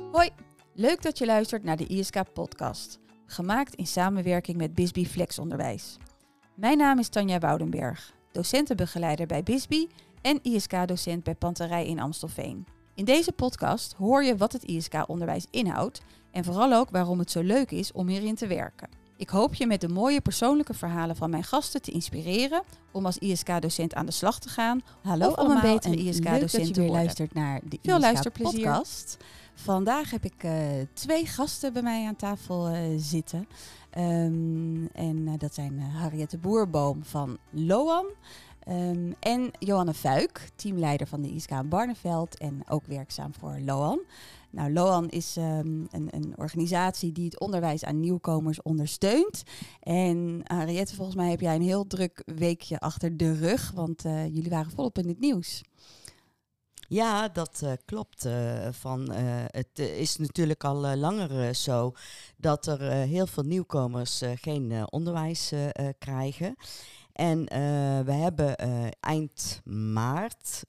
Hoi, leuk dat je luistert naar de ISK-podcast, gemaakt in samenwerking met Bisbee Flexonderwijs. Mijn naam is Tanja Woudenberg, docentenbegeleider bij Bisbee en ISK-docent bij Panterij in Amstelveen. In deze podcast hoor je wat het ISK-onderwijs inhoudt en vooral ook waarom het zo leuk is om hierin te werken. Ik hoop je met de mooie persoonlijke verhalen van mijn gasten te inspireren om als ISK-docent aan de slag te gaan. Hallo of om allemaal, een betere en ISK-docent leuk dat je te weer worden. luistert naar de Veel luisterplezier. ISK-podcast. Vandaag heb ik 2 gasten bij mij aan tafel zitten. Dat zijn Harriette Boerboom van Loan en Johanne Fuik, teamleider van de ISK in Barneveld en ook werkzaam voor Loan. Nou, Loan is een organisatie die het onderwijs aan nieuwkomers ondersteunt. En Harriette, volgens mij heb jij een heel druk weekje achter de rug, want jullie waren volop in het nieuws. Ja, dat klopt. Het is natuurlijk al langer zo dat er heel veel nieuwkomers geen onderwijs krijgen. En we hebben eind maart...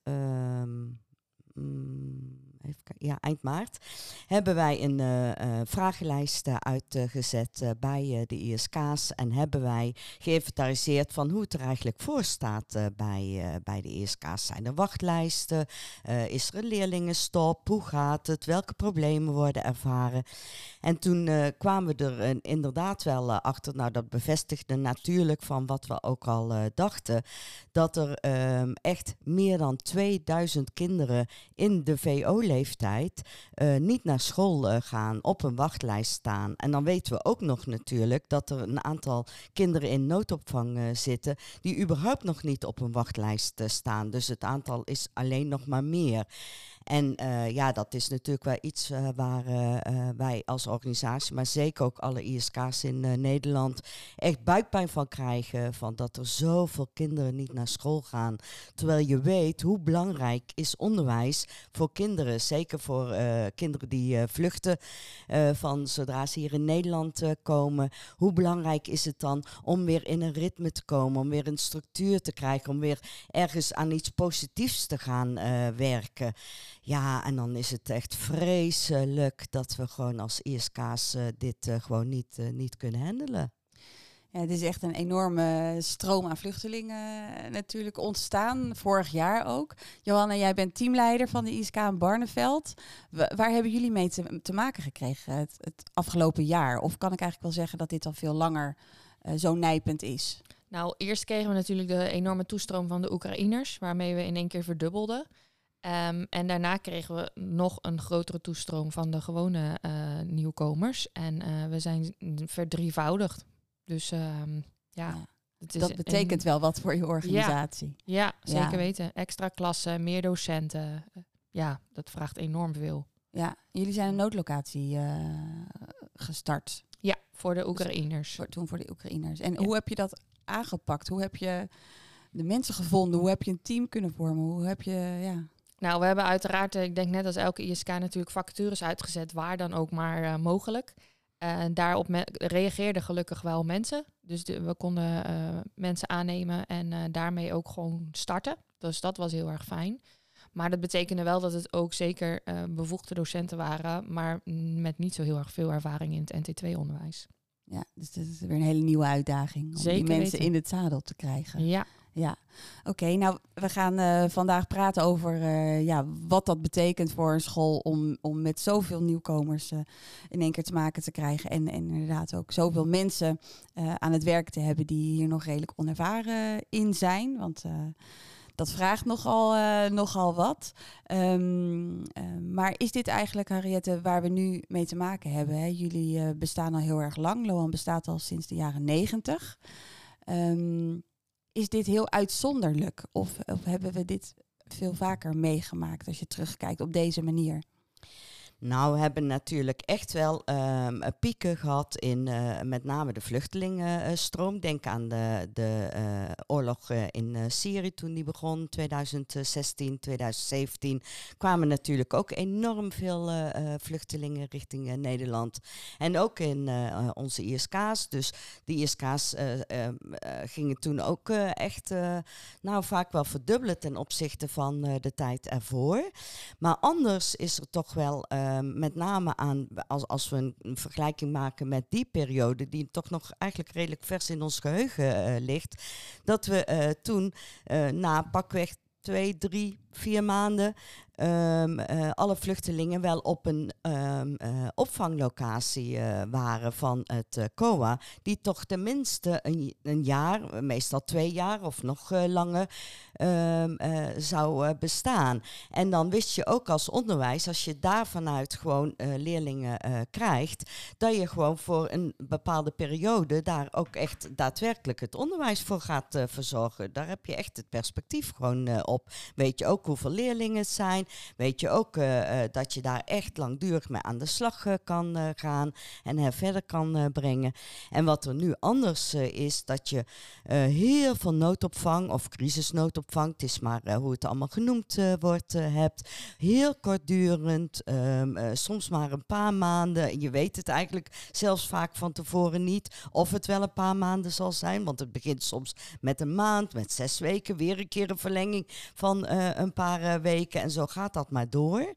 eind maart hebben wij een vragenlijst uitgezet bij de ISK's en hebben wij geïnventariseerd van hoe het er eigenlijk voor staat bij de ISK's. Zijn er wachtlijsten? Is er een leerlingenstop? Hoe gaat het? Welke problemen worden ervaren? En toen kwamen we er inderdaad wel achter, nou dat bevestigde natuurlijk van wat we ook al dachten, dat er echt meer dan 2000 kinderen in de VO-leeftijd niet naar school gaan, op een wachtlijst staan. En dan weten we ook nog natuurlijk dat er een aantal kinderen in noodopvang zitten die überhaupt nog niet op een wachtlijst staan. Dus het aantal is alleen nog maar meer. En dat is natuurlijk wel iets waar wij als organisatie, maar zeker ook alle ISK's in Nederland, echt buikpijn van krijgen. Van dat er zoveel kinderen niet naar school gaan. Terwijl je weet hoe belangrijk is onderwijs voor kinderen. Zeker voor kinderen die vluchten van zodra ze hier in Nederland komen. Hoe belangrijk is het dan om weer in een ritme te komen, om weer een structuur te krijgen, om weer ergens aan iets positiefs te gaan werken. Ja, en dan is het echt vreselijk dat we gewoon als ISK's dit gewoon niet kunnen handelen. Ja, het is echt een enorme stroom aan vluchtelingen natuurlijk ontstaan, vorig jaar ook. Johanna, jij bent teamleider van de ISK in Barneveld. Waar hebben jullie mee te maken gekregen het afgelopen jaar? Of kan ik eigenlijk wel zeggen dat dit al veel langer zo nijpend is? Nou, eerst kregen we natuurlijk de enorme toestroom van de Oekraïners, waarmee we in één keer verdubbelden. En daarna kregen we nog een grotere toestroom van de gewone nieuwkomers. En we zijn verdrievoudigd. Dus het is dat betekent wel wat voor je organisatie. Ja, zeker weten. Extra klassen, meer docenten. Dat vraagt enorm veel. Ja, jullie zijn een noodlocatie gestart. Ja, voor de Oekraïners. Toen voor de Oekraïners. En hoe heb je dat aangepakt? Hoe heb je de mensen gevonden? Hoe heb je een team kunnen vormen? Hoe heb je... Nou, we hebben uiteraard, ik denk net als elke ISK natuurlijk vacatures uitgezet, waar dan ook maar mogelijk. Daarop reageerden gelukkig wel mensen. Dus we konden mensen aannemen en daarmee ook gewoon starten. Dus dat was heel erg fijn. Maar dat betekende wel dat het ook zeker bevoegde docenten waren, maar met niet zo heel erg veel ervaring in het NT2-onderwijs. Ja, dus dat is weer een hele nieuwe uitdaging om zeker die mensen weten in het zadel te krijgen. Ja. Oké, nou we gaan vandaag praten over wat dat betekent voor een school om met zoveel nieuwkomers in één keer te maken te krijgen. En inderdaad ook zoveel mensen aan het werk te hebben die hier nog redelijk onervaren in zijn. Want dat vraagt nogal wat. Maar is dit eigenlijk, Harriette, waar we nu mee te maken hebben? Hè? Jullie bestaan al heel erg lang. Loan bestaat al sinds de jaren 90. Is dit heel uitzonderlijk? Of hebben we dit veel vaker meegemaakt als je terugkijkt op deze manier? Nou, we hebben natuurlijk echt wel pieken gehad in met name de vluchtelingenstroom. Denk aan de oorlog in Syrië toen die begon, 2016, 2017. Kwamen natuurlijk ook enorm veel vluchtelingen richting Nederland. En ook in onze ISK's. Dus die ISK's gingen toen ook echt vaak wel verdubbelen ten opzichte van de tijd ervoor. Maar anders is er toch wel met name aan, als we een vergelijking maken met die periode, die toch nog eigenlijk redelijk vers in ons geheugen ligt, dat we toen na pakweg 2, 3, 4 maanden alle vluchtelingen wel op een opvanglocatie waren van het COA, die toch tenminste een jaar, meestal 2 jaar of nog langer, zou bestaan. En dan wist je ook als onderwijs, als je daar vanuit gewoon leerlingen krijgt, dat je gewoon voor een bepaalde periode daar ook echt daadwerkelijk het onderwijs voor gaat verzorgen. Daar heb je echt het perspectief gewoon op. Weet je ook hoeveel leerlingen het zijn. Weet je ook dat je daar echt langdurig mee aan de slag kan gaan en verder kan brengen. En wat er nu anders is, dat je heel veel noodopvang of crisisnoodopvang, het is maar hoe het allemaal genoemd wordt, hebt. Heel kortdurend, soms maar een paar maanden. Je weet het eigenlijk zelfs vaak van tevoren niet of het wel een paar maanden zal zijn, want het begint soms met een maand, met 6 weken, weer een keer een verlenging van een paar weken en zo gaat dat maar door.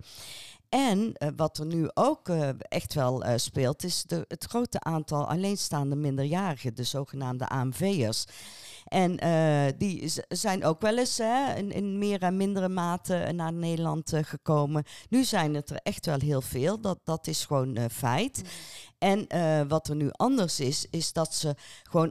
En wat er nu ook echt wel speelt, is het grote aantal alleenstaande minderjarigen, de zogenaamde AMV'ers. En die zijn ook wel eens in meer en mindere mate naar Nederland gekomen. Nu zijn het er echt wel heel veel, dat is gewoon feit. En wat er nu anders is dat ze gewoon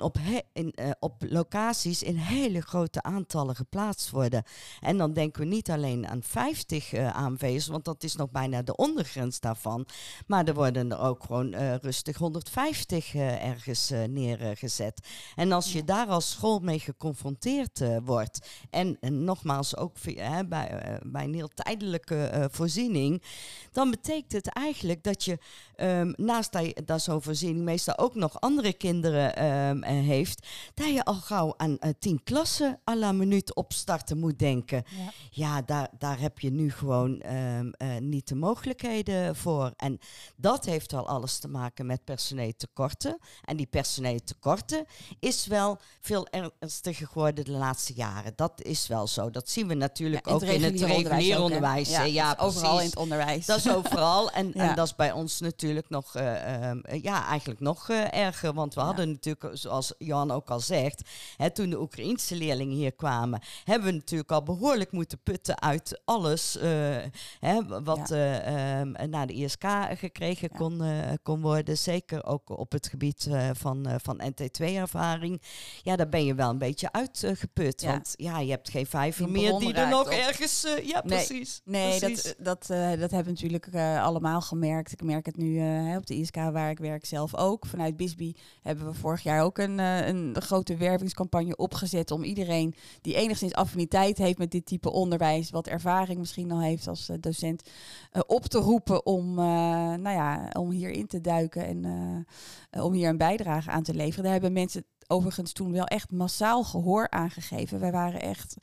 op locaties in hele grote aantallen geplaatst worden. En dan denken we niet alleen aan 50 AMV'ers, want dat is nog bijna de ondergrens daarvan. Maar er worden er ook gewoon rustig 150 ergens neergezet. En als je daar als school mee geconfronteerd wordt, en nogmaals ook bij een heel tijdelijke voorziening, dan betekent het eigenlijk dat je naast dat zo'n voorziening meestal ook nog andere kinderen heeft, dat je al gauw aan 10 klassen à la minuut opstarten moet denken. Ja, daar heb je nu gewoon niet de mogelijkheden voor. En dat heeft wel alles te maken met personeeltekorten. En die personeeltekorten is wel veel ernstiger geworden de laatste jaren. Dat is wel zo. Dat zien we natuurlijk ook in het regulier onderwijs. Ja, overal in het onderwijs. Dat is overal. En dat is bij ons natuurlijk nog eigenlijk nog erger. Want we hadden natuurlijk, zoals Johan ook al zegt, toen de Oekraïense leerlingen hier kwamen, hebben we natuurlijk al behoorlijk moeten putten uit alles wat naar de ISK gekregen kon worden. Zeker ook op het gebied van NT2-ervaring. Ja, daar ben je wel een beetje uitgeput. Ja. Want je hebt geen vijver meer die er nog ergens... precies. Nee, precies. Dat hebben we natuurlijk allemaal gemerkt. Ik merk het nu op de ISK waar ik werk zelf ook. Vanuit BISBY hebben we vorig jaar ook een grote wervingscampagne opgezet om iedereen die enigszins affiniteit heeft met dit type onderwijs, wat ervaring misschien al heeft als docent, op te roepen om hier in te duiken en om hier een bijdrage aan te leveren. Daar hebben mensen overigens toen wel echt massaal gehoor aangegeven. Wij waren echt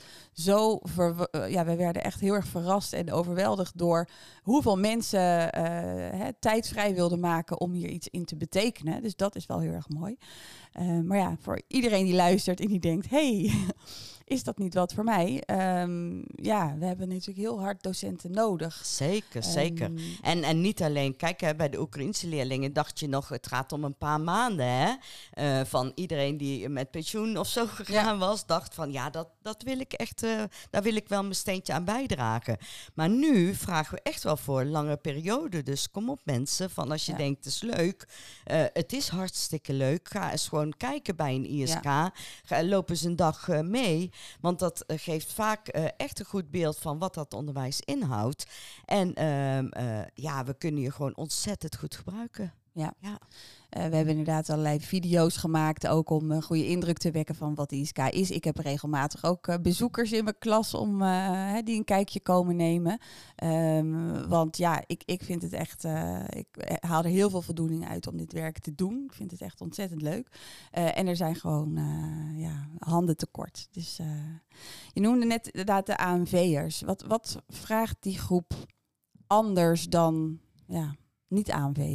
wij werden echt heel erg verrast en overweldigd door hoeveel mensen tijd vrij wilden maken om hier iets in te betekenen. Dus dat is wel heel erg mooi. Maar ja, voor iedereen die luistert en die denkt, hey, is dat niet wat voor mij? We hebben natuurlijk heel hard docenten nodig. Zeker. En niet alleen, kijk, bij de Oekraïense leerlingen dacht je nog, het gaat om een paar maanden. Van iedereen die met pensioen of zo gegaan was, dacht van, dat wil ik echt, daar wil ik wel mijn steentje aan bijdragen. Maar nu vragen we echt wel voor een lange periode. Dus kom op mensen, van als je denkt, het is leuk. Het is hartstikke leuk. Ga eens gewoon kijken bij een ISK. Loop eens een dag mee. Want dat geeft vaak echt een goed beeld van wat dat onderwijs inhoudt. En we kunnen je gewoon ontzettend goed gebruiken. Ja. We hebben inderdaad allerlei video's gemaakt, ook om een goede indruk te wekken van wat de ISK is. Ik heb regelmatig ook bezoekers in mijn klas om die een kijkje komen nemen. Want ik vind het echt, ik haal er heel veel voldoening uit om dit werk te doen. Ik vind het echt ontzettend leuk. En er zijn gewoon handen tekort. Dus je noemde net inderdaad de AMV'ers. Wat vraagt die groep anders dan niet-AMV'ers?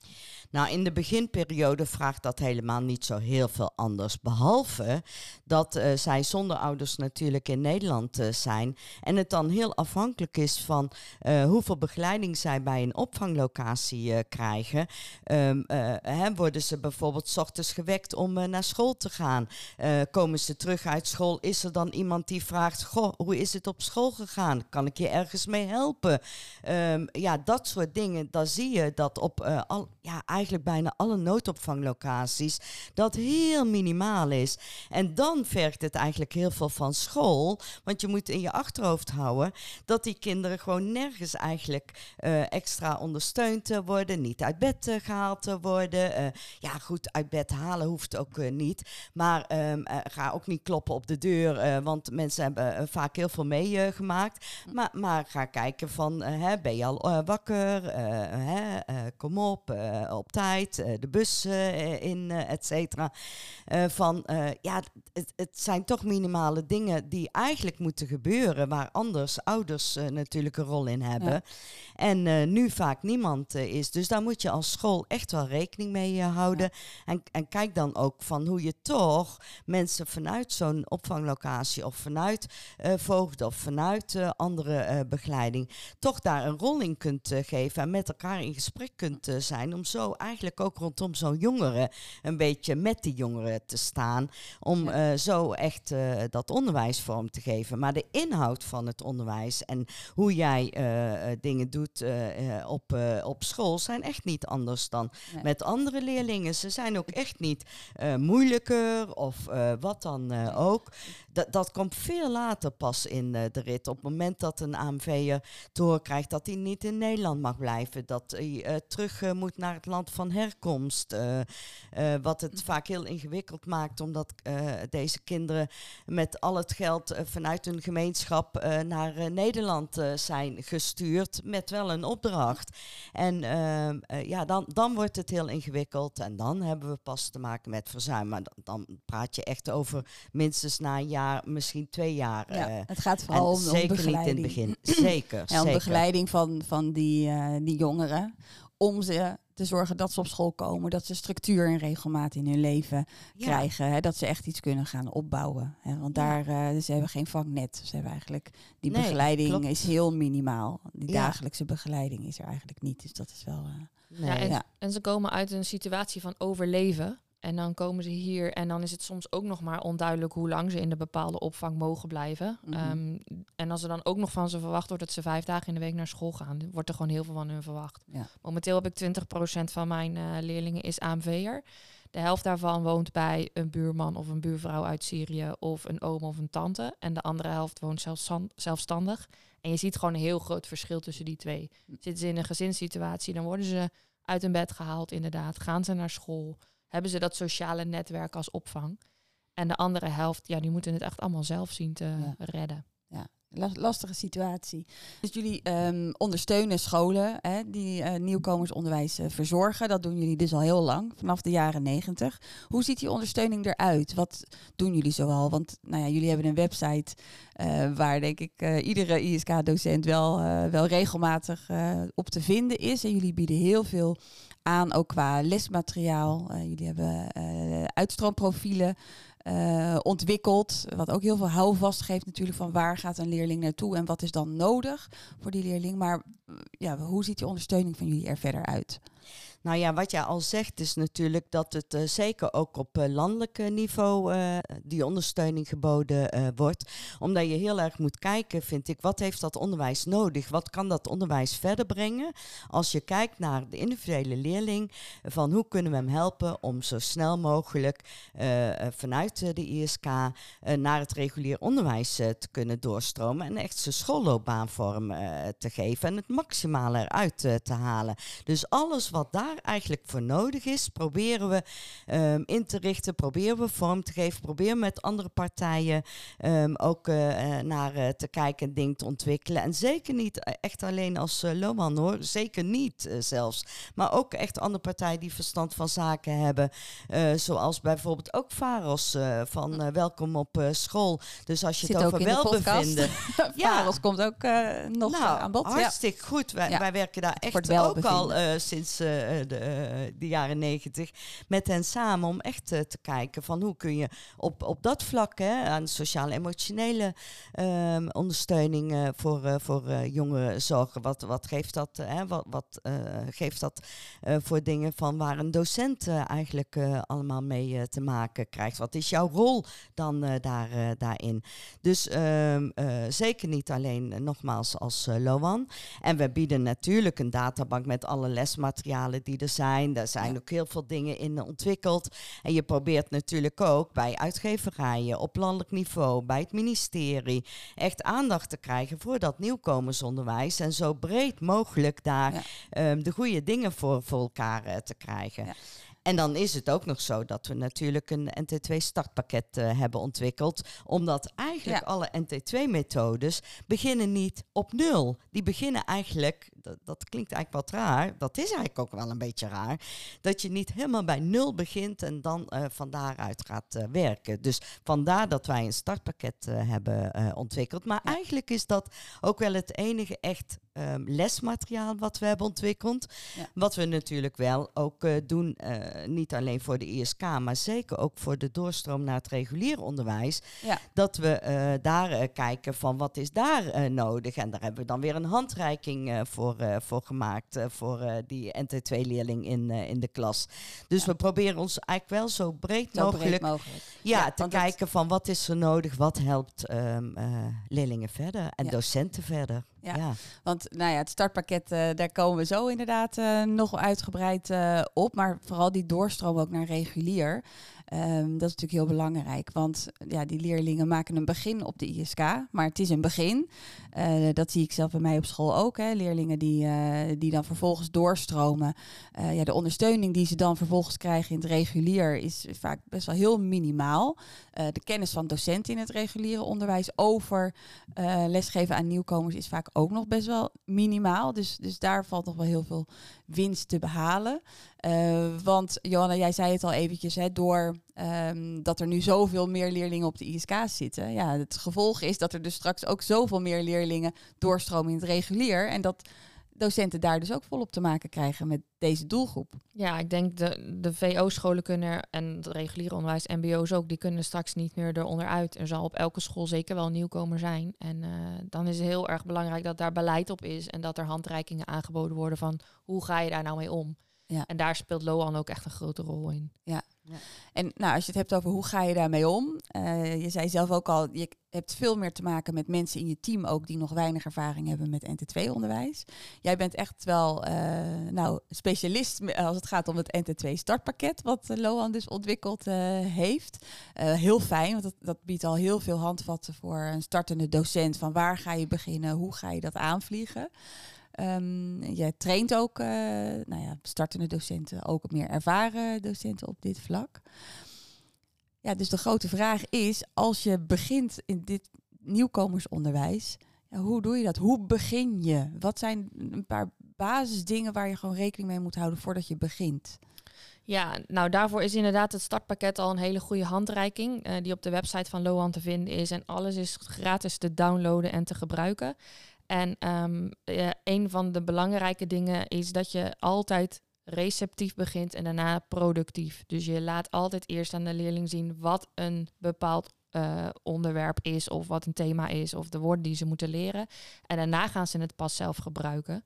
Nou, in de beginperiode vraagt dat helemaal niet zo heel veel anders. Behalve dat zij zonder ouders natuurlijk in Nederland zijn. En het dan heel afhankelijk is van hoeveel begeleiding zij bij een opvanglocatie krijgen. Worden ze bijvoorbeeld 's ochtends gewekt om naar school te gaan? Komen ze terug uit school? Is er dan iemand die vraagt, goh, hoe is het op school gegaan? Kan ik je ergens mee helpen? Dat soort dingen. Dan zie je dat op eigenlijk bijna alle noodopvanglocaties dat heel minimaal is. En dan vergt het eigenlijk heel veel van school, want je moet in je achterhoofd houden dat die kinderen gewoon nergens eigenlijk extra ondersteund worden, niet uit bed gehaald te worden. Uit bed halen hoeft ook niet, maar ga ook niet kloppen op de deur, want mensen hebben vaak heel veel meegemaakt. Maar ga kijken van, ben je al wakker? Kom op tijd, de bus in, et cetera. Het zijn toch minimale dingen die eigenlijk moeten gebeuren, waar anders ouders natuurlijk een rol in hebben. Ja. En nu vaak niemand is. Dus daar moet je als school echt wel rekening mee houden. Ja. En kijk dan ook van hoe je toch mensen vanuit zo'n opvanglocatie of vanuit voogden of vanuit andere begeleiding toch daar een rol in kunt geven en met elkaar in gesprek kunt zijn om zo eigenlijk ook rondom zo'n jongere een beetje met die jongeren te staan om zo echt dat onderwijs vorm te geven. Maar de inhoud van het onderwijs en hoe jij dingen doet op school zijn echt niet anders dan met andere leerlingen. Ze zijn ook echt niet moeilijker of wat dan ook. Dat komt veel later pas in de rit. Op het moment dat een AMV'er te horen krijgt dat hij niet in Nederland mag blijven, dat hij terug moet naar het land van herkomst. Wat het vaak heel ingewikkeld maakt, omdat deze kinderen met al het geld vanuit hun gemeenschap naar Nederland zijn gestuurd met wel een opdracht. En dan wordt het heel ingewikkeld en dan hebben we pas te maken met verzuim. Maar dan praat je echt over minstens na een jaar, misschien 2 jaar. Het gaat vooral om zeker begeleiding. Niet in het begin. Zeker. Om begeleiding van die jongeren. Om ze te zorgen dat ze op school komen. Dat ze structuur en regelmaat in hun leven krijgen. Hè, dat ze echt iets kunnen gaan opbouwen. Hè, want ze hebben geen vangnet. Ze hebben eigenlijk die begeleiding is heel minimaal. Die dagelijkse begeleiding is er eigenlijk niet. Dus dat is wel... En ze komen uit een situatie van overleven. En dan komen ze hier en dan is het soms ook nog maar onduidelijk hoe lang ze in de bepaalde opvang mogen blijven. Mm-hmm. En als er dan ook nog van ze verwacht wordt dat ze 5 dagen in de week naar school gaan, wordt er gewoon heel veel van hun verwacht. Ja. Momenteel heb ik 20% van mijn leerlingen is AMV'er. De helft daarvan woont bij een buurman of een buurvrouw uit Syrië of een oom of een tante. En de andere helft woont zelfstandig. En je ziet gewoon een heel groot verschil tussen die twee. Zitten ze in een gezinssituatie, dan worden ze uit hun bed gehaald inderdaad. Gaan ze naar school. Hebben ze dat sociale netwerk als opvang. En de andere helft, die moeten het echt allemaal zelf zien te redden. Ja, lastige situatie. Dus jullie ondersteunen scholen die nieuwkomersonderwijs verzorgen. Dat doen jullie dus al heel lang, vanaf de jaren 90. Hoe ziet die ondersteuning eruit? Wat doen jullie zoal? Want jullie hebben een website waar denk ik iedere ISK-docent wel regelmatig op te vinden is. En jullie bieden heel veel aan, ook qua lesmateriaal. Jullie hebben uitstroomprofielen ontwikkeld, wat ook heel veel houvast geeft natuurlijk van waar gaat een leerling naartoe en wat is dan nodig voor die leerling. Maar hoe ziet die ondersteuning van jullie er verder uit? Nou ja, wat jij al zegt is natuurlijk dat het zeker ook op landelijk niveau die ondersteuning geboden wordt. Omdat je heel erg moet kijken, vind ik, wat heeft dat onderwijs nodig? Wat kan dat onderwijs verder brengen? Als je kijkt naar de individuele leerling, van hoe kunnen we hem helpen om zo snel mogelijk vanuit de ISK naar het regulier onderwijs te kunnen doorstromen en echt zijn schoolloopbaan vorm te geven en het maximale eruit te halen. Dus alles wat daar eigenlijk voor nodig is, proberen we in te richten, proberen we vorm te geven, proberen met andere partijen ook naar te kijken en dingen te ontwikkelen. En zeker niet echt alleen als Loman hoor, zeker niet zelfs. Maar ook echt andere partijen die verstand van zaken hebben, zoals bijvoorbeeld ook VAROS van Welkom op School. Dus als je zit het over welbevinden. VAROS komt ook nog aan bod. Hartstikke goed. Wij werken daar echt ook al sinds de jaren 90, met hen samen om echt te kijken van hoe kun je op dat vlak, aan sociaal-emotionele ondersteuning voor jongeren zorgen. Wat geeft dat? Wat geeft dat voor dingen van waar een docent eigenlijk allemaal mee te maken krijgt? Wat is jouw rol dan daarin? Dus zeker niet alleen nogmaals als LOAN. En we bieden natuurlijk een databank met alle lesmaterialen die er zijn. Daar zijn ook heel veel dingen in ontwikkeld. En je probeert natuurlijk ook bij uitgeverijen op landelijk niveau, bij het ministerie, echt aandacht te krijgen voor dat nieuwkomersonderwijs. En zo breed mogelijk daar de goede dingen voor elkaar te krijgen. Ja. En dan is het ook nog zo dat we natuurlijk een NT2 startpakket hebben ontwikkeld. Omdat eigenlijk alle NT2-methodes beginnen niet op nul. Die beginnen eigenlijk, dat klinkt eigenlijk wat raar. Dat is eigenlijk ook wel een beetje raar. Dat je niet helemaal bij nul begint en dan van daaruit gaat werken. Dus vandaar dat wij een startpakket hebben ontwikkeld. Maar eigenlijk is dat ook wel het enige echt lesmateriaal wat we hebben ontwikkeld. Ja. Wat we natuurlijk wel ook doen, niet alleen voor de ISK, maar zeker ook voor de doorstroom naar het regulier onderwijs. Ja. Dat we daar kijken van wat is daar nodig. En daar hebben we dan weer een handreiking voor gemaakt. Voor die NT2-leerling in de klas. Dus we proberen ons eigenlijk wel zo breed mogelijk te kijken van wat is er nodig, wat helpt leerlingen verder en docenten verder. Ja, want het startpakket, daar komen we zo inderdaad nog uitgebreid op. Maar vooral die doorstroom ook naar regulier. Dat is natuurlijk heel belangrijk. Want die leerlingen maken een begin op de ISK. Maar het is een begin. Dat zie ik zelf bij mij op school ook. Leerlingen die dan vervolgens doorstromen. De ondersteuning die ze dan vervolgens krijgen in het regulier is vaak best wel heel minimaal. De kennis van docenten in het reguliere onderwijs over lesgeven aan nieuwkomers is vaak ook nog best wel minimaal. Dus daar valt nog wel heel veel winst te behalen. Want Johanna, jij zei het al eventjes, door dat er nu zoveel meer leerlingen op de ISK's zitten. Ja, het gevolg is dat er dus straks ook zoveel meer leerlingen doorstromen in het regulier. En dat docenten daar dus ook volop te maken krijgen met deze doelgroep. Ja, ik denk de VO-scholen kunnen, en het reguliere onderwijs, MBO's ook, die kunnen straks niet meer eronderuit. Er zal op elke school zeker wel een nieuwkomer zijn. En dan is het heel erg belangrijk dat daar beleid op is en dat er handreikingen aangeboden worden van hoe ga je daar nou mee om? Ja. En daar speelt LOAN ook echt een grote rol in. Ja. En als je het hebt over hoe ga je daarmee om. Je zei zelf ook al, je hebt veel meer te maken met mensen in je team ook die nog weinig ervaring hebben met NT2-onderwijs. Jij bent echt wel specialist als het gaat om het NT2 startpakket wat LOAN dus ontwikkeld heeft. Heel fijn, want dat biedt al heel veel handvatten voor een startende docent van waar ga je beginnen, hoe ga je dat aanvliegen. Je traint ook startende docenten, ook meer ervaren docenten op dit vlak. Ja, dus de grote vraag is, als je begint in dit nieuwkomersonderwijs, hoe doe je dat? Hoe begin je? Wat zijn een paar basisdingen waar je gewoon rekening mee moet houden voordat je begint? Ja, daarvoor is inderdaad het startpakket al een hele goede handreiking die op de website van LOAN te vinden is. En alles is gratis te downloaden en te gebruiken. En een van de belangrijke dingen is dat je altijd receptief begint en daarna productief. Dus je laat altijd eerst aan de leerling zien wat een bepaald onderwerp is of wat een thema is of de woorden die ze moeten leren. En daarna gaan ze het pas zelf gebruiken.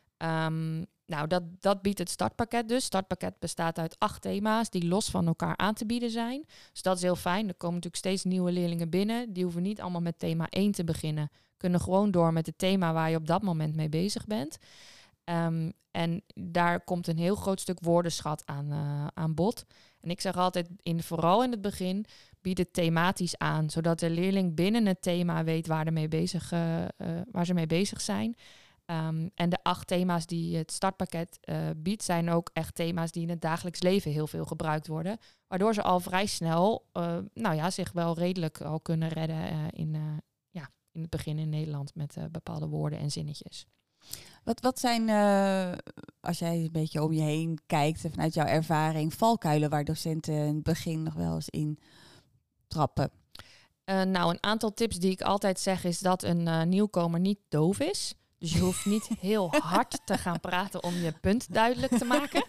Dat biedt het startpakket dus. Het startpakket bestaat uit 8 thema's die los van elkaar aan te bieden zijn. Dus dat is heel fijn. Er komen natuurlijk steeds nieuwe leerlingen binnen. Die hoeven niet allemaal met thema 1 te beginnen. Kunnen gewoon door met het thema waar je op dat moment mee bezig bent. En daar komt een heel groot stuk woordenschat aan bod. En ik zeg altijd, vooral in het begin, bied het thematisch aan. Zodat de leerling binnen het thema weet waar ze mee bezig zijn. En de 8 thema's die het startpakket biedt, zijn ook echt thema's die in het dagelijks leven heel veel gebruikt worden. Waardoor ze al vrij snel zich wel redelijk al kunnen redden in het begin in Nederland met bepaalde woorden en zinnetjes. Wat zijn, als jij een beetje om je heen kijkt vanuit jouw ervaring, valkuilen waar docenten in het begin nog wel eens in trappen? Een aantal tips die ik altijd zeg is dat een nieuwkomer niet doof is. Dus je hoeft niet heel hard te gaan praten om je punt duidelijk te maken.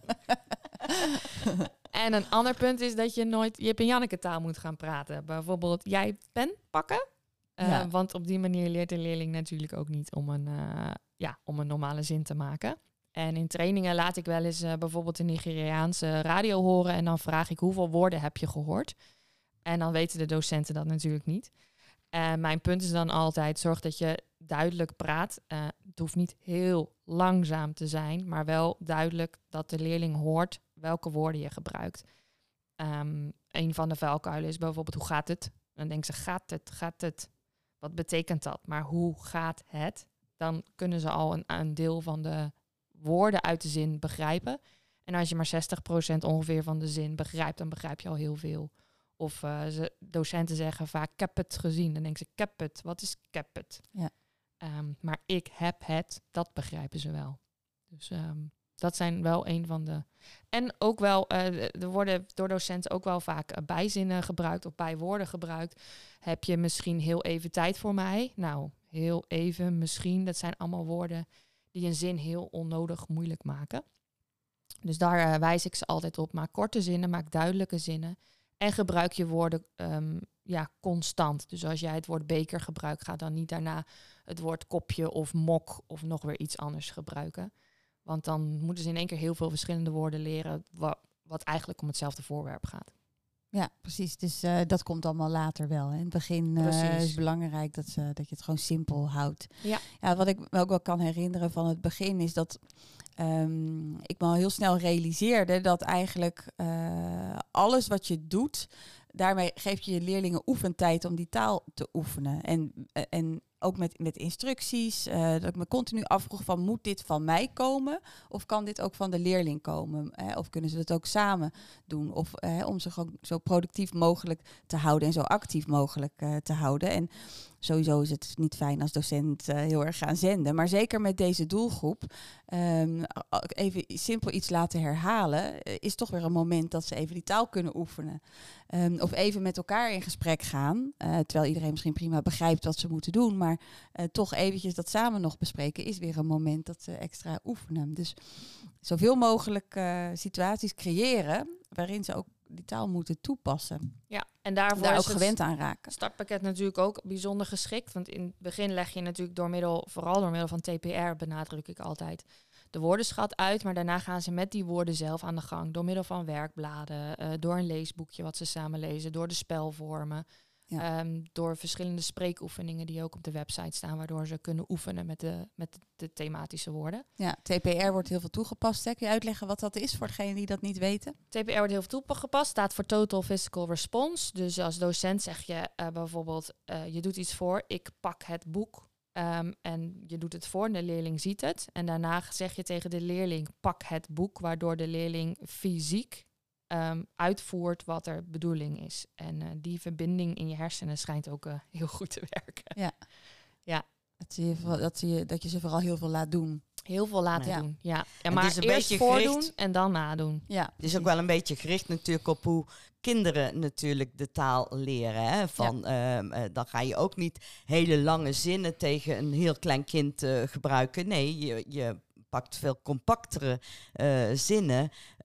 En een ander punt is dat je nooit Jip en Janneke taal moet gaan praten. Bijvoorbeeld, jij pen pakken. Want op die manier leert de leerling natuurlijk ook niet om een normale zin te maken. En in trainingen laat ik wel eens bijvoorbeeld een Nigeriaanse radio horen. En dan vraag ik, hoeveel woorden heb je gehoord? En dan weten de docenten dat natuurlijk niet. Mijn punt is dan altijd, zorg dat je duidelijk praat. Het hoeft niet heel langzaam te zijn, maar wel duidelijk dat de leerling hoort welke woorden je gebruikt. Een van de vuilkuilen is bijvoorbeeld, hoe gaat het? Dan denken ze, gaat het? Wat betekent dat? Maar hoe gaat het? Dan kunnen ze al een deel van de woorden uit de zin begrijpen. En als je maar 60% ongeveer van de zin begrijpt, dan begrijp je al heel veel. Of docenten zeggen vaak, ik heb het gezien. Dan denken ze, ik heb het. Wat is ik heb het? Ja. Maar ik heb het, dat begrijpen ze wel. Dus dat zijn wel een van de... En ook wel, er worden door docenten ook wel vaak bijzinnen gebruikt of bijwoorden gebruikt. Heb je misschien heel even tijd voor mij? Nou, heel even misschien. Dat zijn allemaal woorden die een zin heel onnodig moeilijk maken. Dus daar wijs ik ze altijd op. Maak korte zinnen, maak duidelijke zinnen. En gebruik je woorden constant. Dus als jij het woord beker gebruikt, ga dan niet daarna het woord kopje of mok of nog weer iets anders gebruiken. Want dan moeten ze in één keer heel veel verschillende woorden leren, wat eigenlijk om hetzelfde voorwerp gaat. Ja, precies. Dus dat komt allemaal later wel. Hè. In het begin is het belangrijk dat je het gewoon simpel houdt. Ja, wat ik me ook wel kan herinneren van het begin is dat ik me al heel snel realiseerde dat eigenlijk alles wat je doet, daarmee geef je je leerlingen oefentijd om die taal te oefenen. En ook met instructies, dat ik me continu afvroeg van, moet dit van mij komen? Of kan dit ook van de leerling komen? Of kunnen ze dat ook samen doen? Of om ze gewoon zo productief mogelijk te houden en zo actief mogelijk te houden. En sowieso is het niet fijn als docent heel erg gaan zenden. Maar zeker met deze doelgroep, even simpel iets laten herhalen, is toch weer een moment dat ze even die taal kunnen oefenen. Of even met elkaar in gesprek gaan. Terwijl iedereen misschien prima begrijpt wat ze moeten doen. Maar toch eventjes dat samen nog bespreken is weer een moment dat ze extra oefenen. Dus zoveel mogelijk situaties creëren waarin ze ook die taal moeten toepassen. Ja, en daarvoor daar is ook het gewend aan raken. Startpakket natuurlijk ook bijzonder geschikt. Want in het begin leg je natuurlijk vooral door middel van TPR, benadruk ik altijd, de woordenschat uit. Maar daarna gaan ze met die woorden zelf aan de gang. Door middel van werkbladen, door een leesboekje wat ze samen lezen, door de spelvormen. Ja. Door verschillende spreekoefeningen die ook op de website staan, waardoor ze kunnen oefenen met de thematische woorden. Ja, TPR wordt heel veel toegepast. Hè? Kun je uitleggen wat dat is voor degenen die dat niet weten? TPR wordt heel veel toegepast, staat voor Total Physical Response. Dus als docent zeg je bijvoorbeeld, je doet iets voor, ik pak het boek. En je doet het voor en de leerling ziet het. En daarna zeg je tegen de leerling, pak het boek, waardoor de leerling fysiek uitvoert wat er bedoeling is. En die verbinding in je hersenen schijnt ook heel goed te werken. Ja. Dat je ze vooral heel veel laat doen. Heel veel laten doen, ja. En maar het is een eerst beetje voordoen gericht, en dan nadoen. Ja, het is ook wel een beetje gericht natuurlijk op hoe kinderen natuurlijk de taal leren. Hè? Dan ga je ook niet hele lange zinnen tegen een heel klein kind gebruiken. Nee, je pakt veel compactere zinnen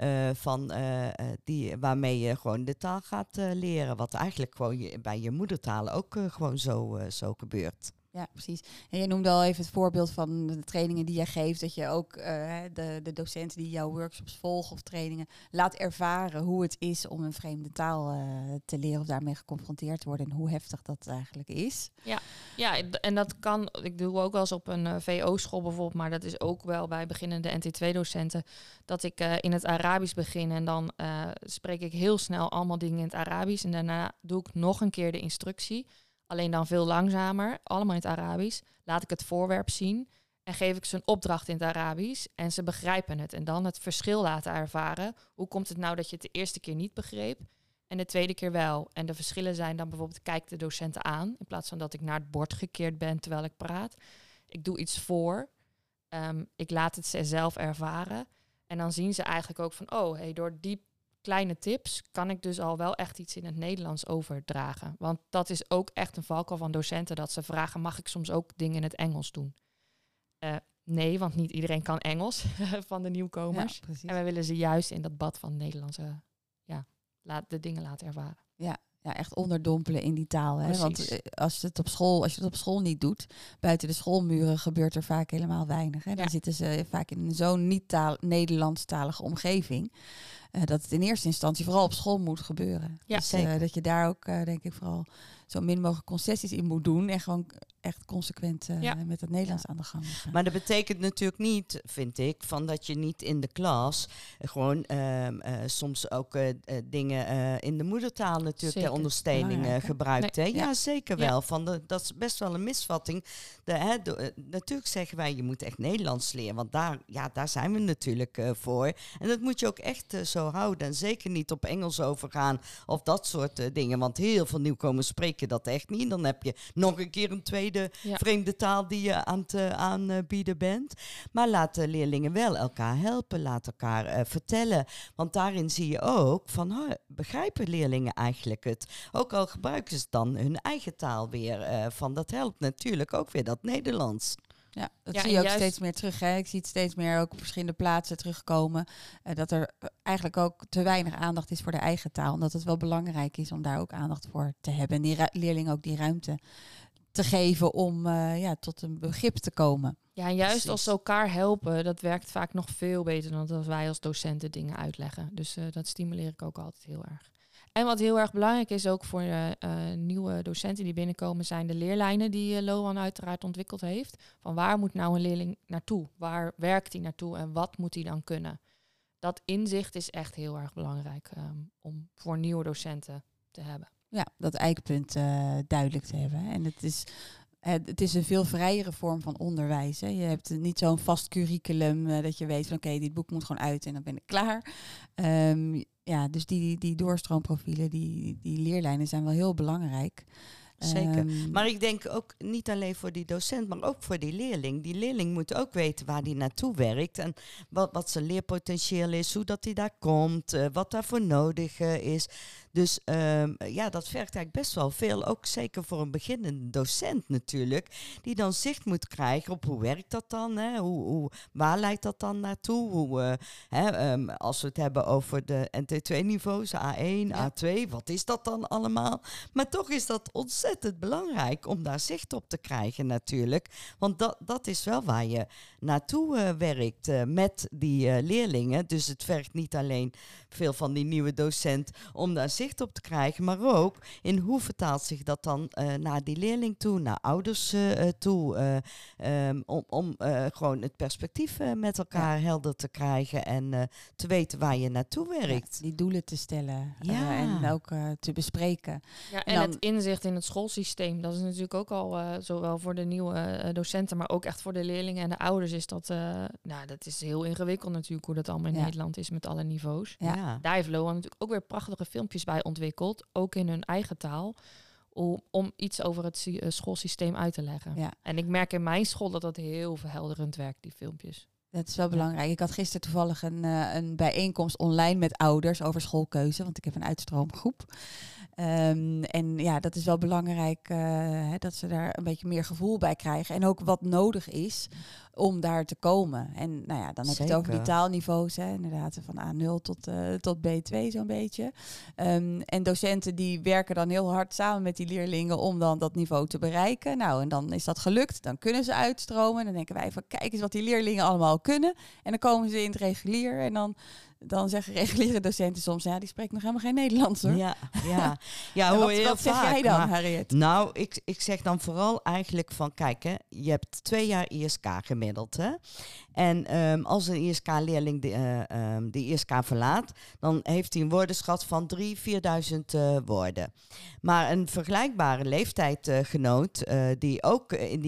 waarmee je gewoon de taal gaat leren. Wat eigenlijk gewoon bij je moedertaal ook gewoon zo gebeurt. Ja, precies. En je noemde al even het voorbeeld van de trainingen die jij geeft. Dat je ook de docenten die jouw workshops volgen of trainingen laat ervaren hoe het is om een vreemde taal te leren of daarmee geconfronteerd te worden en hoe heftig dat eigenlijk is. Ja, en dat kan, ik doe ook wel eens op een VO-school bijvoorbeeld, maar dat is ook wel bij beginnende NT2-docenten, dat ik in het Arabisch begin en dan spreek ik heel snel allemaal dingen in het Arabisch en daarna doe ik nog een keer de instructie. Alleen dan veel langzamer, allemaal in het Arabisch. Laat ik het voorwerp zien en geef ik ze een opdracht in het Arabisch. En ze begrijpen het. En dan het verschil laten ervaren. Hoe komt het nou dat je het de eerste keer niet begreep en de tweede keer wel? En de verschillen zijn dan bijvoorbeeld, kijk de docenten aan. In plaats van dat ik naar het bord gekeerd ben terwijl ik praat. Ik doe iets voor. Ik laat het ze zelf ervaren. En dan zien ze eigenlijk ook van, door die kleine tips kan ik dus al wel echt iets in het Nederlands overdragen. Want dat is ook echt een valkuil van docenten, dat ze vragen, mag ik soms ook dingen in het Engels doen? Nee, want niet iedereen kan Engels van de nieuwkomers. Ja, precies. En wij willen ze juist in dat bad van het Nederlandse, de dingen laten ervaren. Ja, echt onderdompelen in die taal. Hè? Precies. Want als je het op school niet doet, buiten de schoolmuren gebeurt er vaak helemaal weinig. Hè? Dan zitten ze vaak in zo'n niet-Nederlandstalige omgeving. Dat het in eerste instantie vooral op school moet gebeuren. Ja, dus zeker. dat je daar ook, denk ik, vooral zo min mogelijk concessies in moet doen. En gewoon echt consequent met het Nederlands aan de gang moet gaan. Maar dat betekent natuurlijk niet, vind ik, van dat je niet in de klas gewoon soms ook dingen in de moedertaal natuurlijk Zeker. ter ondersteuning Belangrijk, hè? gebruikt. Nee. Hè? Ja, zeker Ja. wel. Dat is best wel een misvatting. Natuurlijk zeggen wij, je moet echt Nederlands leren. Want daar zijn we natuurlijk voor. En dat moet je ook echt zo houden. En zeker niet op Engels overgaan of dat soort dingen. Want heel veel nieuwkomers spreken dat echt niet. Dan heb je nog een keer een tweede vreemde taal die je aan het aanbieden bent. Maar laat de leerlingen wel elkaar helpen. Laat elkaar vertellen. Want daarin zie je ook van, begrijpen leerlingen eigenlijk het? Ook al gebruiken ze dan hun eigen taal weer. Dat helpt natuurlijk ook weer dat Nederlands. Ja, dat Ja, zie je en ook juist- steeds meer terug. Hè? Ik zie het steeds meer ook op verschillende plaatsen terugkomen. Dat er eigenlijk ook te weinig aandacht is voor de eigen taal. Omdat het wel belangrijk is om daar ook aandacht voor te hebben. En die leerlingen ook die ruimte te geven om tot een begrip te komen. Ja, en juist Precies. als ze elkaar helpen, dat werkt vaak nog veel beter dan als wij als docenten dingen uitleggen. Dus dat stimuleer ik ook altijd heel erg. En wat heel erg belangrijk is ook voor nieuwe docenten die binnenkomen, zijn de leerlijnen die Loan uiteraard ontwikkeld heeft. Van waar moet nou een leerling naartoe? Waar werkt hij naartoe en wat moet hij dan kunnen? Dat inzicht is echt heel erg belangrijk om voor nieuwe docenten te hebben. Ja, dat eikpunt duidelijk te hebben. En het is een veel vrijere vorm van onderwijs. Hè. Je hebt niet zo'n vast curriculum dat je weet van oké, dit boek moet gewoon uit en dan ben ik klaar. Dus die doorstroomprofielen, die leerlijnen zijn wel heel belangrijk. Zeker. Maar ik denk ook niet alleen voor die docent, maar ook voor die leerling. Die leerling moet ook weten waar die naartoe werkt en wat zijn leerpotentieel is, hoe dat hij daar komt, wat daarvoor nodig is. Dus dat vergt eigenlijk best wel veel, ook zeker voor een beginnende docent natuurlijk, die dan zicht moet krijgen op hoe werkt dat dan, hè? Waar leidt dat dan naartoe, als we het hebben over de NT2-niveaus, A1, A2, wat is dat dan allemaal? Maar toch is dat ontzettend belangrijk om daar zicht op te krijgen natuurlijk, want dat is wel waar je naartoe werkt met die leerlingen. Dus het vergt niet alleen veel van die nieuwe docent om daar zicht op te krijgen, maar ook in hoe vertaalt zich dat dan naar die leerling toe, naar ouders toe, om gewoon het perspectief met elkaar helder te krijgen en te weten waar je naartoe werkt. Ja, die doelen te stellen Ja. en ook te bespreken. Ja, En en dan- het inzicht in het schoolsysteem, dat is natuurlijk ook al zowel voor de nieuwe docenten, maar ook echt voor de leerlingen en de ouders is dat, dat is heel ingewikkeld natuurlijk hoe dat allemaal in Ja. Nederland is met alle niveaus. Ja. Daar heeft Loan natuurlijk ook weer prachtige filmpjes bij ontwikkeld, ook in hun eigen taal, om iets over het schoolsysteem uit te leggen. Ja. En ik merk in mijn school dat dat heel verhelderend werkt, die filmpjes. Dat is wel belangrijk. Ik had gisteren toevallig een bijeenkomst online met ouders over schoolkeuze, want ik heb een uitstroomgroep. Dat is wel belangrijk dat ze daar een beetje meer gevoel bij krijgen. En ook wat nodig is om daar te komen. En dan heb je het over die Zeker. taalniveaus, hè, inderdaad, van A0 tot B2 zo'n beetje. En docenten die werken dan heel hard samen met die leerlingen om dan dat niveau te bereiken. Nou, en dan is dat gelukt. Dan kunnen ze uitstromen. En dan denken wij van, kijk eens wat die leerlingen allemaal kunnen. En dan komen ze in het regulier en dan zeggen reguliere docenten soms, die spreekt nog helemaal geen Nederlands hoor. Ja, ja. En hoor je heel wat zeg vaak, jij dan, maar- Harriet? Nou, ik zeg dan vooral eigenlijk van, kijk hè, je hebt 2 jaar ISK gemiddeld hè. En als een ISK-leerling de ISK verlaat, dan heeft hij een woordenschat van 4.000 woorden. Maar een vergelijkbare leeftijdgenoot die ook in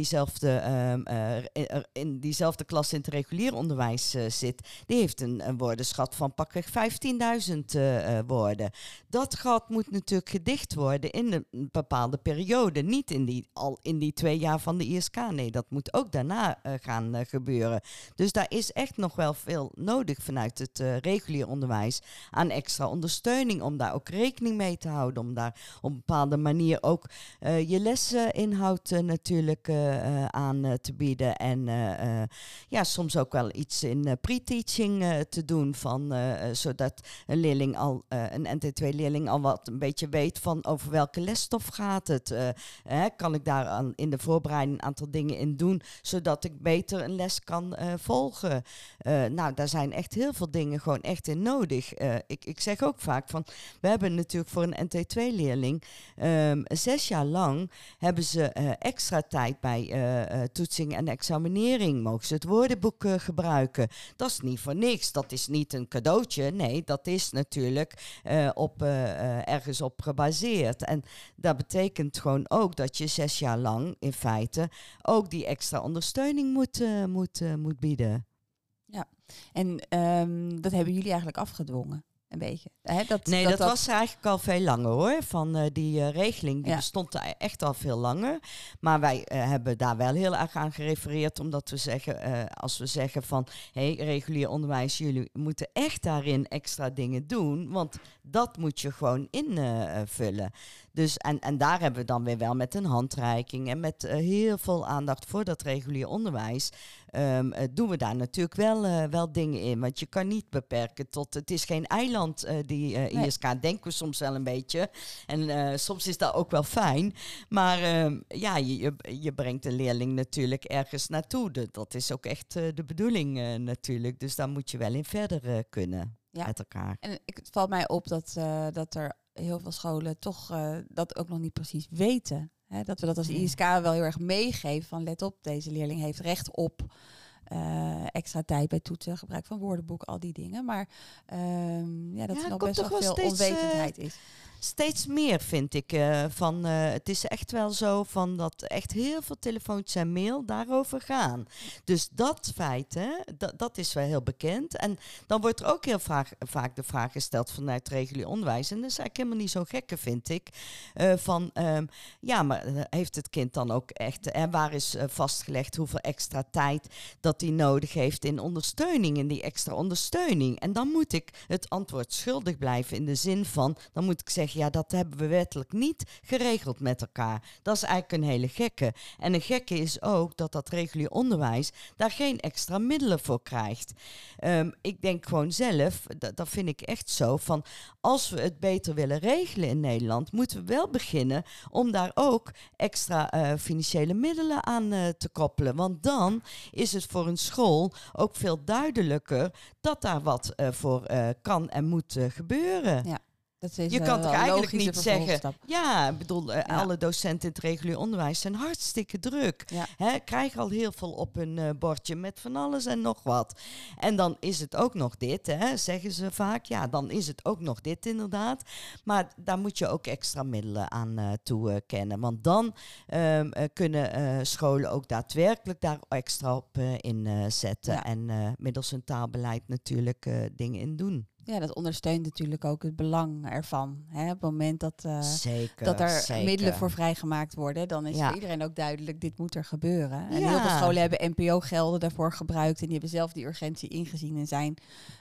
diezelfde klas in het regulier onderwijs zit, die heeft een woordenschat van pakweg 15.000 worden. Dat gat moet natuurlijk gedicht worden in een bepaalde periode. Niet al in die 2 jaar van de ISK. Nee, dat moet ook daarna gaan gebeuren. Dus daar is echt nog wel veel nodig vanuit het regulier onderwijs aan extra ondersteuning. Om daar ook rekening mee te houden. Om daar op een bepaalde manier ook je lesinhoud natuurlijk aan te bieden. En soms ook wel iets in pre-teaching te doen. Zodat een leerling een NT2-leerling al wat een beetje weet van over welke lesstof gaat het. Kan ik daar in de voorbereiding een aantal dingen in doen, zodat ik beter een les kan volgen. Daar zijn echt heel veel dingen gewoon echt in nodig. Ik zeg ook vaak van, we hebben natuurlijk voor een NT2-leerling 6 jaar lang hebben ze extra tijd bij toetsing en examinering. Mogen ze het woordenboek gebruiken? Dat is niet voor niks. Dat is niet een cadeautje. Nee, dat is natuurlijk ergens op gebaseerd. En dat betekent gewoon ook dat je 6 jaar lang in feite ook die extra ondersteuning moet bieden. Ja, en dat hebben jullie eigenlijk afgedwongen. Een beetje. Dat was eigenlijk al veel langer hoor. Van die regeling, die bestond echt al veel langer. Maar wij hebben daar wel heel erg aan gerefereerd. Omdat we zeggen, als we zeggen van, regulier onderwijs, jullie moeten echt daarin extra dingen doen. Want dat moet je gewoon invullen. Dus, en daar hebben we dan weer wel met een handreiking en met heel veel aandacht voor dat regulier onderwijs. Doen we daar natuurlijk wel dingen in. Want je kan niet beperken tot, het is geen eiland, die ISK, denken we soms wel een beetje. En soms is dat ook wel fijn. Maar je brengt een leerling natuurlijk ergens naartoe. Dat is ook echt de bedoeling natuurlijk. Dus daar moet je wel in verder kunnen met elkaar. En het valt mij op dat er heel veel scholen toch dat ook nog niet precies weten. Hè? Dat we dat als ISK wel heel erg meegeven van let op, deze leerling heeft recht op extra tijd bij toetsen, gebruik van woordenboek, al die dingen. Maar dat er nog best wel veel onwetendheid is. Steeds meer vind ik. Het is echt wel zo van dat echt heel veel telefoontjes en mail daarover gaan. Dus dat feit, dat is wel heel bekend. En dan wordt er ook heel vaak de vraag gesteld vanuit het regulier onderwijs. En dat is eigenlijk helemaal niet zo gekke, vind ik. Maar heeft het kind dan ook echt... waar is vastgelegd hoeveel extra tijd dat hij nodig heeft in ondersteuning, in die extra ondersteuning. En dan moet ik het antwoord schuldig blijven in de zin van, dan moet ik zeggen, dat hebben we wettelijk niet geregeld met elkaar. Dat is eigenlijk een hele gekke. En een gekke is ook dat regulier onderwijs daar geen extra middelen voor krijgt. Ik denk gewoon zelf, dat vind ik echt zo, van als we het beter willen regelen in Nederland, moeten we wel beginnen om daar ook extra financiële middelen aan te koppelen. Want dan is het voor een school ook veel duidelijker dat daar wat voor kan en moet gebeuren. Ja. Je kan toch eigenlijk niet zeggen, ik bedoel, alle docenten in het regulier onderwijs zijn hartstikke druk. Ja. Krijgen al heel veel op hun bordje met van alles en nog wat. En dan is het ook nog dit, zeggen ze vaak. Ja, dan is het ook nog dit inderdaad. Maar daar moet je ook extra middelen aan toekennen. Want dan kunnen scholen ook daadwerkelijk daar extra op inzetten. Ja. En middels hun taalbeleid natuurlijk dingen in doen. Ja, dat ondersteunt natuurlijk ook het belang ervan. Hè? Op het moment dat er middelen voor vrijgemaakt worden, dan is voor iedereen ook duidelijk, dit moet er gebeuren. En heel veel scholen hebben NPO-gelden daarvoor gebruikt en die hebben zelf die urgentie ingezien en zijn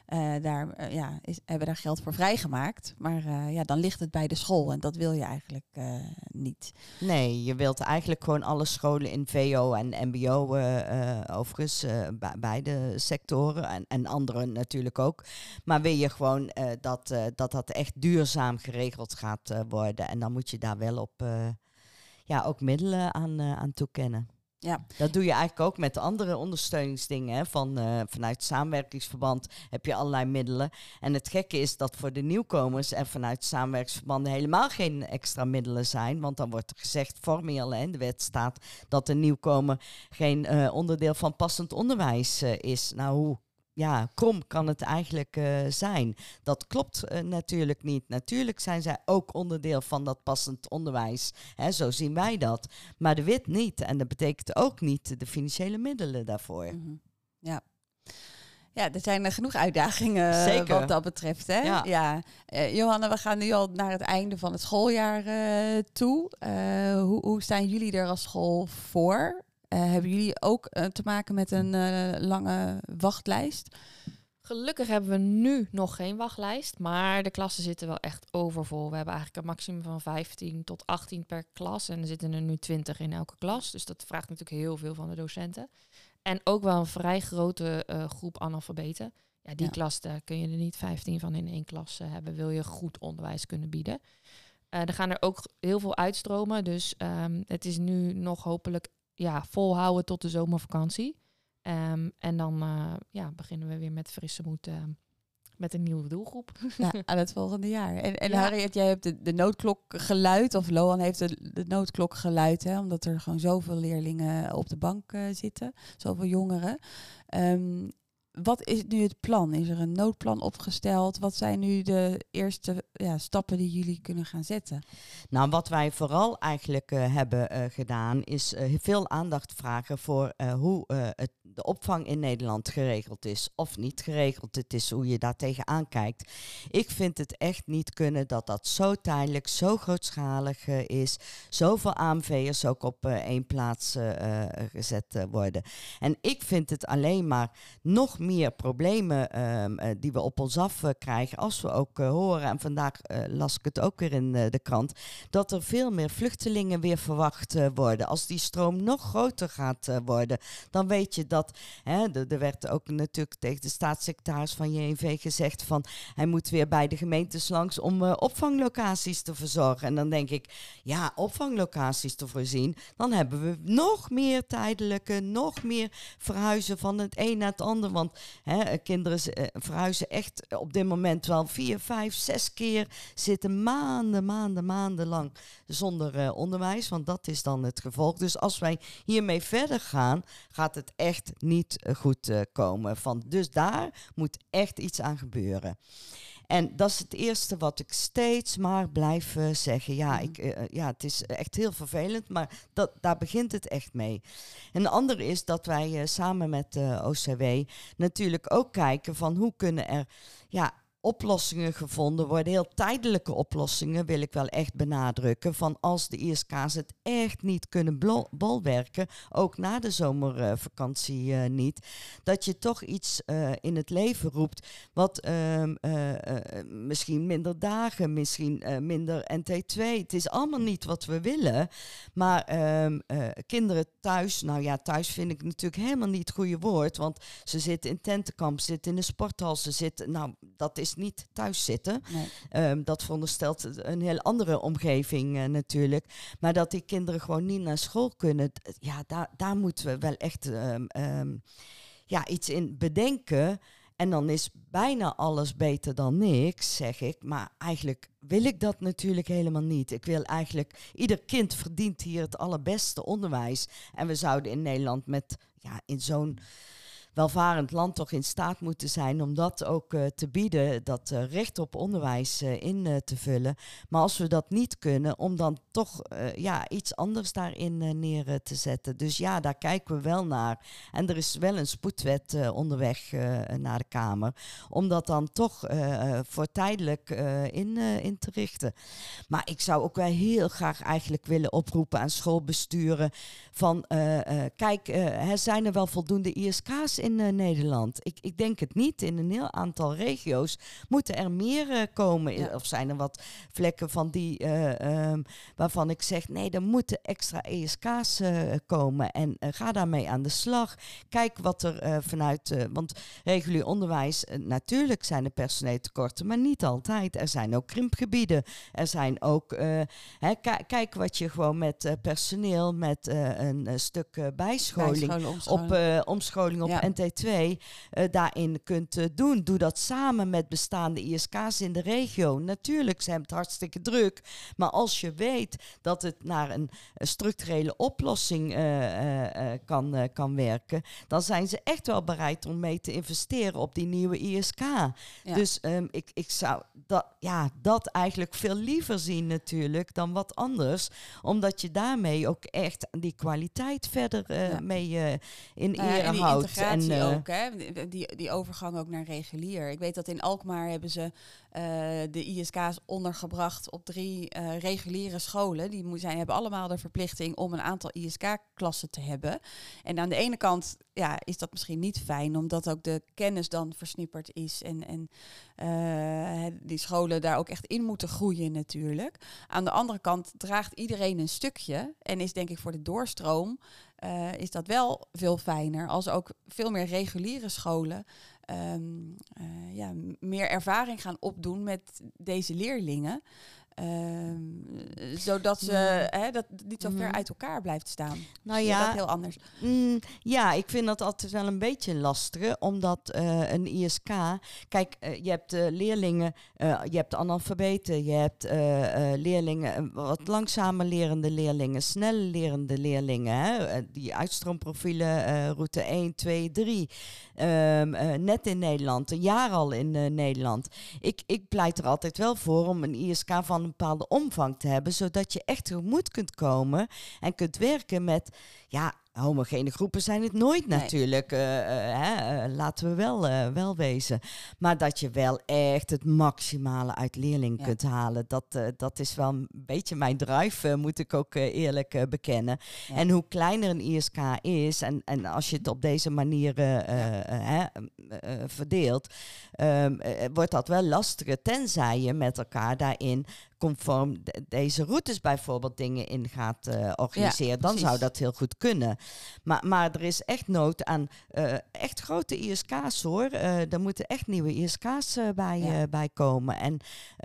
hebben daar geld voor vrijgemaakt. Maar dan ligt het bij de school en dat wil je eigenlijk niet. Nee, je wilt eigenlijk gewoon alle scholen in VO en MBO, overigens, beide sectoren en anderen natuurlijk ook. Maar wil je gewoon dat echt duurzaam geregeld gaat worden. En dan moet je daar wel op ook middelen aan toekennen. Ja. Dat doe je eigenlijk ook met andere ondersteuningsdingen. Hè? Vanuit het samenwerkingsverband heb je allerlei middelen. En het gekke is dat voor de nieuwkomers er vanuit samenwerkingsverbanden helemaal geen extra middelen zijn. Want dan wordt er gezegd formeel, in de wet staat dat een nieuwkomer geen onderdeel van passend onderwijs is. Nou, hoe krom kan het eigenlijk zijn. Dat klopt natuurlijk niet. Natuurlijk zijn zij ook onderdeel van dat passend onderwijs. Hè, zo zien wij dat. Maar de wet niet. En dat betekent ook niet de financiële middelen daarvoor. Mm-hmm. Ja. Ja, er zijn genoeg uitdagingen Zeker. wat dat betreft. Hè? Ja. Johanna, we gaan nu al naar het einde van het schooljaar toe. Hoe staan jullie er als school voor? Hebben jullie ook te maken met een lange wachtlijst? Gelukkig hebben we nu nog geen wachtlijst, maar de klassen zitten wel echt overvol. We hebben eigenlijk een maximum van 15 tot 18 per klas en er zitten er nu 20 in elke klas. Dus dat vraagt natuurlijk heel veel van de docenten. En ook wel een vrij grote groep analfabeten. Ja, die klas, daar kun je er niet 15 van in één klas hebben, wil je goed onderwijs kunnen bieden. Er gaan er ook heel veel uitstromen, dus het is nu nog hopelijk volhouden tot de zomervakantie. En dan beginnen we weer met frisse moed met een nieuwe doelgroep. Aan het volgende jaar. En Harriet, jij hebt de noodklok geluid, of Loan heeft de noodklok geluid, hè, omdat er gewoon zoveel leerlingen op de bank zitten, zoveel jongeren. Wat is nu het plan? Is er een noodplan opgesteld? Wat zijn nu de eerste stappen die jullie kunnen gaan zetten? Nou, wat wij vooral eigenlijk hebben gedaan is veel aandacht vragen voor hoe de opvang in Nederland geregeld is of niet geregeld het is, hoe je daar tegenaan kijkt. Ik vind het echt niet kunnen dat dat zo tijdelijk, zo grootschalig is, zoveel AMV'ers ook op één plaats gezet worden. En ik vind het alleen maar nog meer problemen die we op ons af krijgen als we ook horen, en vandaag las ik het ook weer in de krant, dat er veel meer vluchtelingen weer verwacht worden. Als die stroom nog groter gaat worden, dan weet je dat, er werd ook natuurlijk tegen de staatssecretaris van JNV gezegd van hij moet weer bij de gemeentes langs om opvanglocaties te verzorgen. En dan denk ik, ja, opvanglocaties te voorzien, dan hebben we nog meer tijdelijke, nog meer verhuizen van het een naar het ander. Want kinderen verhuizen echt op dit moment wel 4, 5, 6 keer, zitten maanden lang zonder onderwijs, want dat is dan het gevolg. Dus als wij hiermee verder gaan, gaat het echt niet goed komen. Dus daar moet echt iets aan gebeuren. En dat is het eerste wat ik steeds maar blijf zeggen. Het is echt heel vervelend, maar daar begint het echt mee. En de andere is dat wij samen met OCW natuurlijk ook kijken van hoe kunnen er oplossingen gevonden worden. Heel tijdelijke oplossingen wil ik wel echt benadrukken. Van als de ISK's het echt niet kunnen bolwerken, ook na de zomervakantie niet, dat je toch iets in het leven roept wat misschien minder dagen, misschien minder NT2. Het is allemaal niet wat we willen. Maar kinderen thuis, thuis vind ik natuurlijk helemaal niet het goede woord, want ze zitten in tentenkamp, zitten in een sporthal, ze zitten, dat is niet thuis zitten. Nee. Dat veronderstelt een heel andere omgeving natuurlijk. Maar dat die kinderen gewoon niet naar school kunnen, daar moeten we wel echt iets in bedenken. En dan is bijna alles beter dan niks, zeg ik. Maar eigenlijk wil ik dat natuurlijk helemaal niet. Ik wil eigenlijk, ieder kind verdient hier het allerbeste onderwijs. En we zouden in Nederland in zo'n welvarend land toch in staat moeten zijn om dat ook te bieden, dat recht op onderwijs in te vullen. Maar als we dat niet kunnen, om dan toch iets anders daarin neer te zetten. Dus daar kijken we wel naar. En er is wel een spoedwet onderweg naar de Kamer, om dat dan toch voor tijdelijk in te richten. Maar ik zou ook wel heel graag eigenlijk willen oproepen aan schoolbesturen van zijn er wel voldoende ISK's in Nederland? Ik denk het niet. In een heel aantal regio's moeten er meer komen. Ja. Of zijn er wat vlekken van die waarvan ik zeg, nee, er moeten extra ESK's komen. En ga daarmee aan de slag. Kijk wat er vanuit, want regulier onderwijs, natuurlijk zijn er personeeltekorten, maar niet altijd. Er zijn ook krimpgebieden. Er zijn ook, kijk wat je gewoon met personeel, met een stuk omscholing op NT2 daarin kunt doen. Doe dat samen met bestaande ISK's in de regio. Natuurlijk, ze hebben het hartstikke druk. Maar als je weet dat het naar een structurele oplossing kan werken, dan zijn ze echt wel bereid om mee te investeren op die nieuwe ISK. Ja. Dus ik zou dat eigenlijk veel liever zien natuurlijk dan wat anders. Omdat je daarmee ook echt die kwaliteit verder mee in ere houdt. En transitie ook, hè? Die overgang ook naar regulier. Ik weet dat in Alkmaar hebben ze de ISK's ondergebracht op 3 reguliere scholen. Die hebben allemaal de verplichting om een aantal ISK-klassen te hebben. En aan de ene kant is dat misschien niet fijn, omdat ook de kennis dan versnipperd is. En die scholen daar ook echt in moeten groeien natuurlijk. Aan de andere kant draagt iedereen een stukje. En is denk ik voor de doorstroom is dat wel veel fijner. Als ook veel meer reguliere scholen meer ervaring gaan opdoen met deze leerlingen. Zodat ze dat niet zo ver uit elkaar blijft staan. Nou ja, dat heel anders. Ik vind dat altijd wel een beetje lastig, omdat een ISK... Kijk, je hebt leerlingen, je hebt analfabeten, je hebt leerlingen, wat langzamer lerende leerlingen, snelle lerende leerlingen, die uitstroomprofielen, route 1, 2, 3. Net in Nederland, een jaar al in Nederland. Ik pleit er altijd wel voor om een ISK van een bepaalde omvang te hebben, zodat je echt tegemoet kunt komen en kunt werken met, homogene groepen zijn het nooit natuurlijk. Laten we wel wezen. Maar dat je wel echt het maximale uit leerlingen kunt halen. Dat is wel een beetje mijn drive, moet ik ook eerlijk bekennen. Ja. En hoe kleiner een ISK is, en als je het op deze manier verdeelt, wordt dat wel lastiger, tenzij je met elkaar daarin conform deze routes bijvoorbeeld dingen in gaat organiseren. Ja, dan zou dat heel goed kunnen. Maar er is echt nood aan echt grote ISK's hoor. Er moeten echt nieuwe ISK's bij komen. En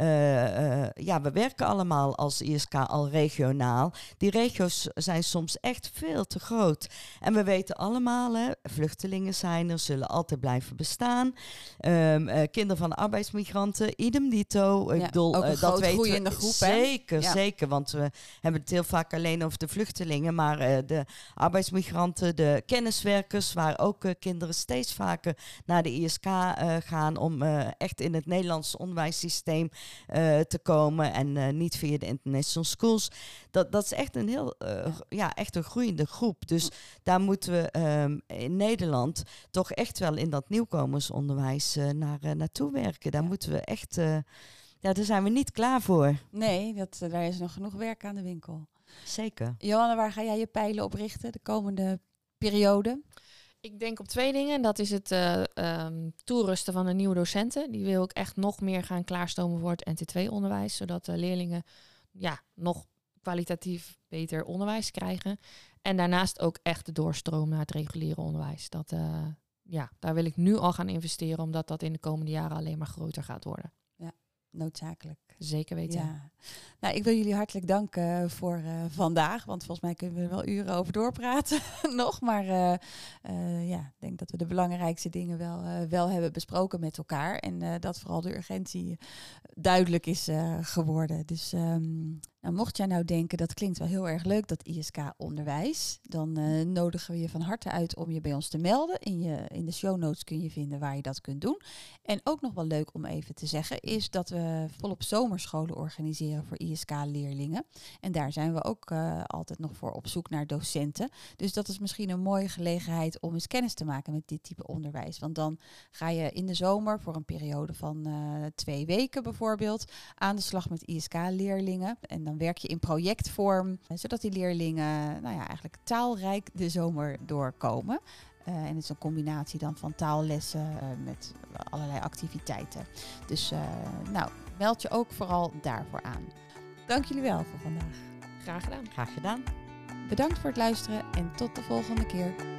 we werken allemaal als ISK al regionaal. Die regio's zijn soms echt veel te groot. En we weten allemaal, vluchtelingen zijn er, zullen altijd blijven bestaan. Kinderen van arbeidsmigranten, idem dito. Ik bedoel, dat weten we. De groep, zeker, want we hebben het heel vaak alleen over de vluchtelingen, maar de arbeidsmigranten, de kenniswerkers, waar ook kinderen steeds vaker naar de ISK gaan om echt in het Nederlandse onderwijssysteem te komen en niet via de international schools. Dat is echt een heel, echt een groeiende groep. Dus daar moeten we in Nederland toch echt wel in dat nieuwkomersonderwijs naartoe werken. Daar moeten we echt... daar zijn we niet klaar voor. Nee, daar is nog genoeg werk aan de winkel. Zeker. Johanna, waar ga jij je pijlen op richten de komende periode? Ik denk op 2 dingen. Dat is het toerusten van de nieuwe docenten. Die wil ik echt nog meer gaan klaarstomen voor het NT2-onderwijs. Zodat de leerlingen nog kwalitatief beter onderwijs krijgen. En daarnaast ook echt de doorstroom naar het reguliere onderwijs. Daar wil ik nu al gaan investeren, omdat dat in de komende jaren alleen maar groter gaat worden. Noodzakelijk. Zeker weten. Ja. Nou, ik wil jullie hartelijk danken voor vandaag. Want volgens mij kunnen we er wel uren over doorpraten nog. Maar ik denk dat we de belangrijkste dingen wel hebben besproken met elkaar. En dat vooral de urgentie duidelijk is geworden. Dus mocht jij nou denken, dat klinkt wel heel erg leuk, dat ISK-onderwijs. Dan nodigen we je van harte uit om je bij ons te melden. In de show notes kun je vinden waar je dat kunt doen. En ook nog wel leuk om even te zeggen, is dat we volop zomerscholen organiseren voor ISK-leerlingen. En daar zijn we ook altijd nog voor op zoek naar docenten. Dus dat is misschien een mooie gelegenheid om eens kennis te maken met dit type onderwijs. Want dan ga je in de zomer voor een periode van 2 weken bijvoorbeeld aan de slag met ISK-leerlingen. En dan werk je in projectvorm, zodat die leerlingen eigenlijk taalrijk de zomer doorkomen. En het is een combinatie dan van taallessen met allerlei activiteiten. Dus meld je ook vooral daarvoor aan. Dank jullie wel voor vandaag. Graag gedaan. Graag gedaan. Bedankt voor het luisteren en tot de volgende keer.